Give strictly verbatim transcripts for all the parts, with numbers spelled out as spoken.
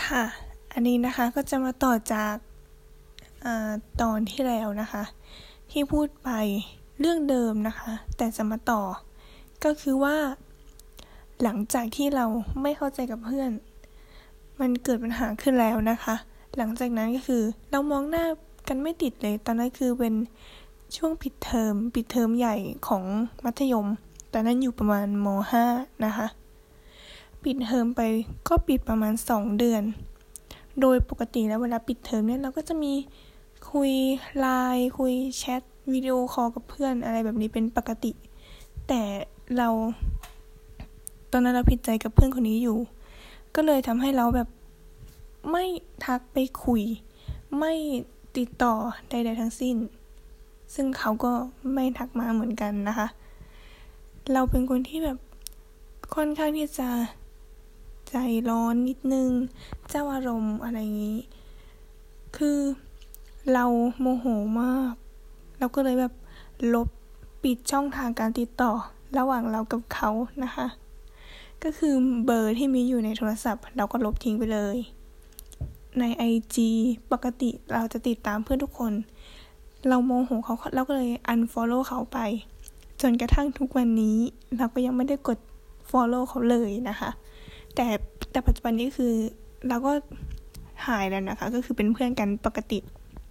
ค่ะอันนี้นะคะก็จะมาต่อจากอตอนที่แล้วนะคะที่พูดไปเรื่องเดิมนะคะแต่จะมาต่อก็คือว่าหลังจากที่เราไม่เข้าใจกับเพื่อนมันเกิดปัญหาขึ้นแล้วนะคะหลังจากนั้นก็คือเรามองหน้ากันไม่ติดเลยตอนนั้นคือเป็นช่วงปิดเทอมปิดเทอมใหญ่ของมัธยมตอนนั้นอยู่ประมาณม.ห้า นะคะปิดเทอมไปก็ปิดประมาณสองเดือนโดยปกติแล้วเวลาปิดเทอมเนี่ยเราก็จะมีคุยไลน์คุยแชทวิดีโอคอลกับเพื่อนอะไรแบบนี้เป็นปกติแต่เราตอนนั้นเราผิดใจกับเพื่อนคนนี้อยู่ก็เลยทำให้เราแบบไม่ทักไปคุยไม่ติดต่อใดๆทั้งสิ้นซึ่งเขาก็ไม่ทักมาเหมือนกันนะคะเราเป็นคนที่แบบค่อนข้างที่จะใจร้อนนิดนึงเจ้าอารมณ์อะไรอย่างนี้คือเราโมโหมากเราก็เลยแบบลบปิดช่องทางการติดต่อระหว่างเรากับเขานะคะก็คือเบอร์ที่มีอยู่ในโทรศัพท์เราก็ลบทิ้งไปเลยใน ไอ จี ปกติเราจะติดตามเพื่อนทุกคนเราโมโหเขาเราก็เลย unfollow เขาไปจนกระทั่งทุกวันนี้เราก็ยังไม่ได้กด follow เขาเลยนะคะแต่แต่ปัจจุบันนี้คือเราก็หายแล้วนะคะก็คือเป็นเพื่อนกันปกติ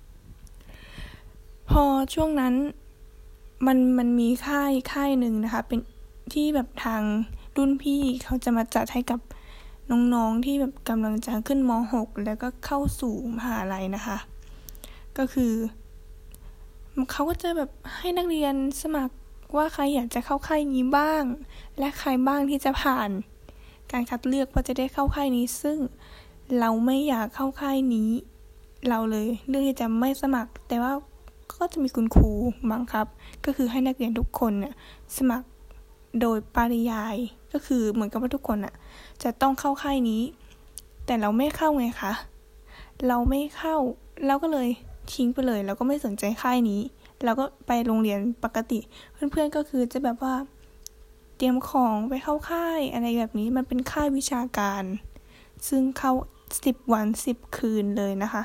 พอช่วงนั้นมันมันมีค่ายค่ายหนึ่งนะคะเป็นที่แบบทางรุ่นพี่เขาจะมาจัดให้กับน้องๆที่แบบกำลังจะขึ้นม.หก แล้วก็เข้าสู่มหาลัยนะคะก็คือเขาก็จะแบบให้นักเรียนสมัครว่าใครอยากจะเข้าค่ายนี้บ้างและใครบ้างที่จะผ่านการคัดเลือกว่าจะได้เข้าค่ายนี้ซึ่งเราไม่อยากเข้าค่ายนี้เราเลยเลือกที่จะไม่สมัครแต่ว่าก็จะมีคุณครูบังคับก็คือให้นักเรียนทุกคนเนี่ยสมัครโดยปริยายก็คือเหมือนกับว่าทุกคนน่ะจะต้องเข้าค่ายนี้แต่เราไม่เข้าไงคะเราไม่เข้าเราก็เลยทิ้งไปเลยแล้วก็ไม่สนใจค่ายนี้เราก็ไปโรงเรียนปกติเพื่อนๆก็คือจะแบบว่าเตรียมของไปเข้าค่ายอะไรแบบนี้มันเป็นค่ายวิชาการซึ่งเข้าสิบวันสิบคืนเลยนะคะ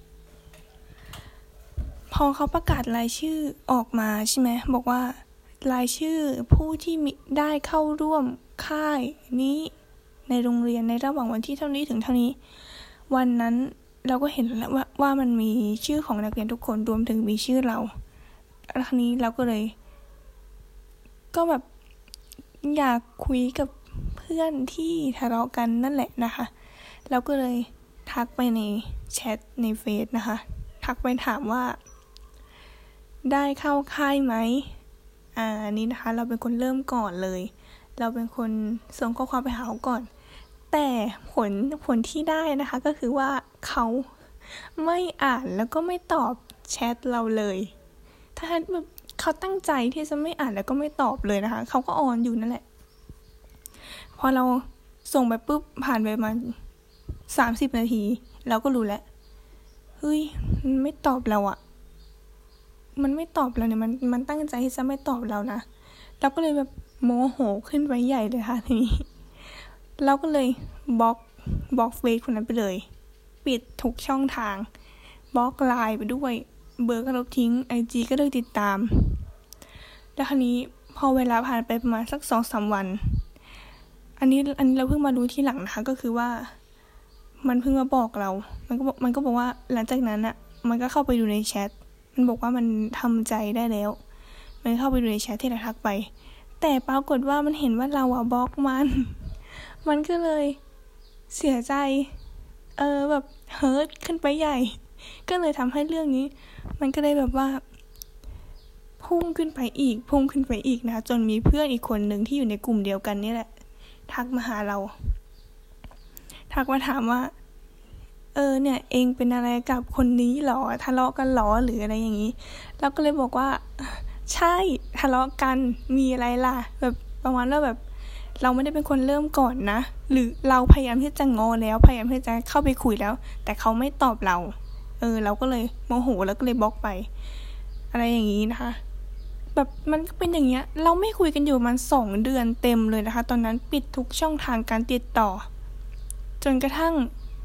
พอเขาประกาศรายชื่อออกมาใช่ไหมบอกว่ารายชื่อผู้ที่ได้เข้าร่วมค่ายนี้ในโรงเรียนในระหว่างวันที่เท่านี้ถึงเท่านี้วันนั้นเราก็เห็นแล้วว่าว่ามันมีชื่อของนักเรียนทุกคนรวมถึงมีชื่อเราแล้วคราวนี้เราก็เลยก็แบบอยากคุยกับเพื่อนที่ทะเลาะกันนั่นแหละนะคะเราก็เลยทักไปในแชทในเฟซนะคะทักไปถามว่าได้เข้าค่ายไหมอ่านี้นะคะเราเป็นคนเริ่มก่อนเลยเราเป็นคนส่งข้อความไปหาเขาก่อนแต่ผลผลที่ได้นะคะก็คือว่าเขาไม่อ่านแล้วก็ไม่ตอบแชทเราเลยถ้าแบบเขาตั้งใจที่จะไม่อ่านแล้วก็ไม่ตอบเลยนะคะเขาก็ออนอยู่นั่นแหละพอเราส่งไปปุ๊บผ่านไปประมาณสามสิบนาทีเราก็รู้แล้วเฮ้ยมันไม่ตอบเราอะมันไม่ตอบเราเนี่ยมันมันตั้งใจที่จะไม่ตอบเรานะเราก็เลยแบบโมโหขึ้นไปใหญ่เลยค่ะทีนี้เราก็เลยบล็อกบล็อกเฟซคนนั้นไปเลยปิดทุกช่องทางบล็อกไลน์ไปด้วยเบอร์ก็ลบทิ้ง ไอ จี ก็เลิกติดตามแล้วคราวนี้พอเวลาผ่านไปประมาณสัก สองถึงสาม วันอันนี้อันนี้เราเพิ่งมารู้ทีหลังนะคะก็คือว่ามันเพิ่งมาบอกเรามันก็บอกมันก็บอกว่าหลังจากนั้นอ่ะมันก็เข้าไปดูในแชทมันบอกว่ามันทำใจได้แล้วมันเข้าไปดูในแชทที่เราทักไปแต่ปรากฏว่ามันเห็นว่าเราอ่ะบล็อกมันมันก็เลยเสียใจเออแบบเฮิร์ตขึ้นไปใหญ่ก็เลยทำให้เรื่องนี้มันก็เลยแบบว่าพุ่งขึ้นไปอีกพุ่งขึ้นไปอีกนะจนมีเพื่อนอีกคนหนึ่งที่อยู่ในกลุ่มเดียวกันนี่แหละทักมาหาเราทักมาถามว่าเออเนี่ยเองเป็นอะไรกับคนนี้หรอทะเลาะกันหรอหรืออะไรอย่างนี้เราก็เลยบอกว่าใช่ทะเลาะกันมีอะไรล่ะแบบประมาณว่าแบบเราไม่ได้เป็นคนเริ่มก่อนนะหรือเราพยายามที่จะงอแล้วพยายามที่จะเข้าไปคุยแล้วแต่เขาไม่ตอบเราเออเราก็เลยโมโหแล้วก็เลยบล็อกไปอะไรอย่างนี้นะคะแบบมันก็เป็นอย่างเงี้ยเราไม่คุยกันอยู่มันสองเดือนเต็มเลยนะคะตอนนั้นปิดทุกช่องทางการติดต่อจนกระทั่ง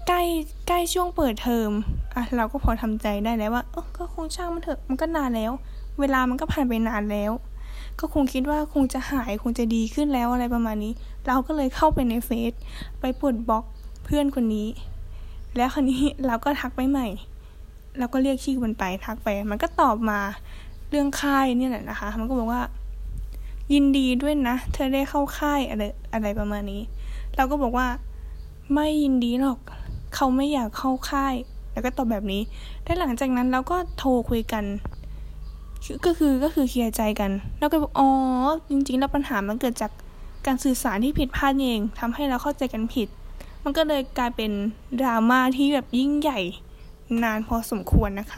ใกล้ใกล้ช่วงเปิดเทอมอ่ะเราก็พอทำใจได้แล้วว่าเออก็คงช่างมันเถอะมันก็นานแล้วเวลามันก็ผ่านไปนานแล้วก็คงคิดว่าคงจะหายคงจะดีขึ้นแล้วอะไรประมาณนี้เราก็เลยเข้าไปในเฟซไปปลดบล็อกเพื่อนคนนี้แล้วคราวนี้เราก็ทักไปใหม่เราก็เรียกชื่อมันไปทักไปมันก็ตอบมาเรื่องค่ายนี่แหละนะคะมันก็บอกว่ายินดีด้วยนะเธอได้เข้าค่ายอะไรอะไรประมาณนี้เราก็บอกว่าไม่ยินดีหรอกเขาไม่อยากเข้าค่ายแล้วก็ตอบแบบนี้แล้วหลังจากนั้นเราก็โทรคุยกันก็คือก็คือเคลียร์ใจกันแล้วก็บอกอ๋อจริงๆแล้วปัญหามันเกิดจากการสื่อสารที่ผิดพลาดเองทำให้เราเข้าใจกันผิดมันก็เลยกลายเป็นดราม่าที่แบบยิ่งใหญ่นานพอสมควรนะคะ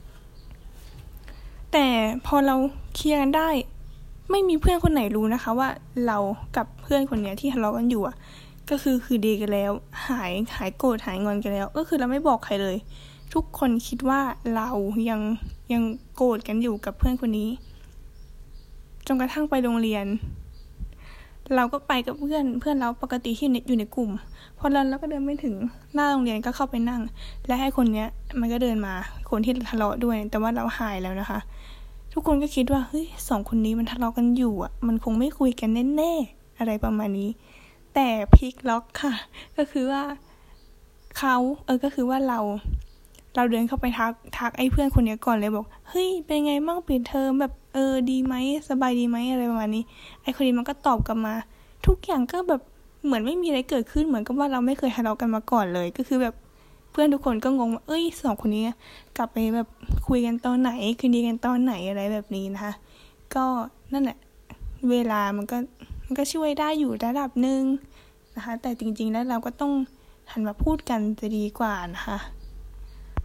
แต่พอเราเคลียร์กันได้ไม่มีเพื่อนคนไหนรู้นะคะว่าเรากับเพื่อนคนเนี้ยที่ทะเลาะกันอยู่อ่ะก็คือคือดีกันแล้วหายหายโกรธหายงอนกันแล้วก็คือเราไม่บอกใครเลยทุกคนคิดว่าเรายังยังโกรธกันอยู่กับเพื่อนคนนี้จนกระทั่งไปโรงเรียนเราก็ไปกับเพื่อนเพื่อนเราปกติที่อยู่ในกลุ่มพอเราเราก็เดินไม่ถึงหน้าโรงเรียนก็เข้าไปนั่งและให้คนเนี้ยมันก็เดินมาคนที่ทะเลาะด้วยแต่ว่าเราหายแล้วนะคะทุกคนก็คิดว่าเฮ้ยสองคนนี้มันทะเลาะกันอยู่อ่ะมันคงไม่คุยกันแน่ๆอะไรประมาณนี้แต่พลิกล็อกค่ะก็คือว่าเขาเออก็คือว่าเราเราเดินเข้าไปทักทักไอ้เพื่อนคนนี้ก่อนเลยบอกเฮ้ยเป็นไงบ้างปิดเทอมแบบเออดีไหมสบายดีไหมอะไรประมาณนี้ไอ้คนนี้มันก็ตอบกลับมาทุกอย่างก็แบบเหมือนไม่มีอะไรเกิดขึ้นเหมือนกับว่าเราไม่เคยทะเลาะกันมาก่อนเลยก็คือแบบเพื่อนทุกคนก็งงว่าเอ้ยสองคนนี้กลับไปแบบคุยกันตอนไหนคืนดีกันตอนไหนอะไรแบบนี้นะคะก็นั่นแหละเวลามันก็มันก็ช่วยได้อยู่ระดับนึงนะคะแต่จริงๆแล้วเราก็ต้องหันมาพูดกันจะดีกว่านะคะ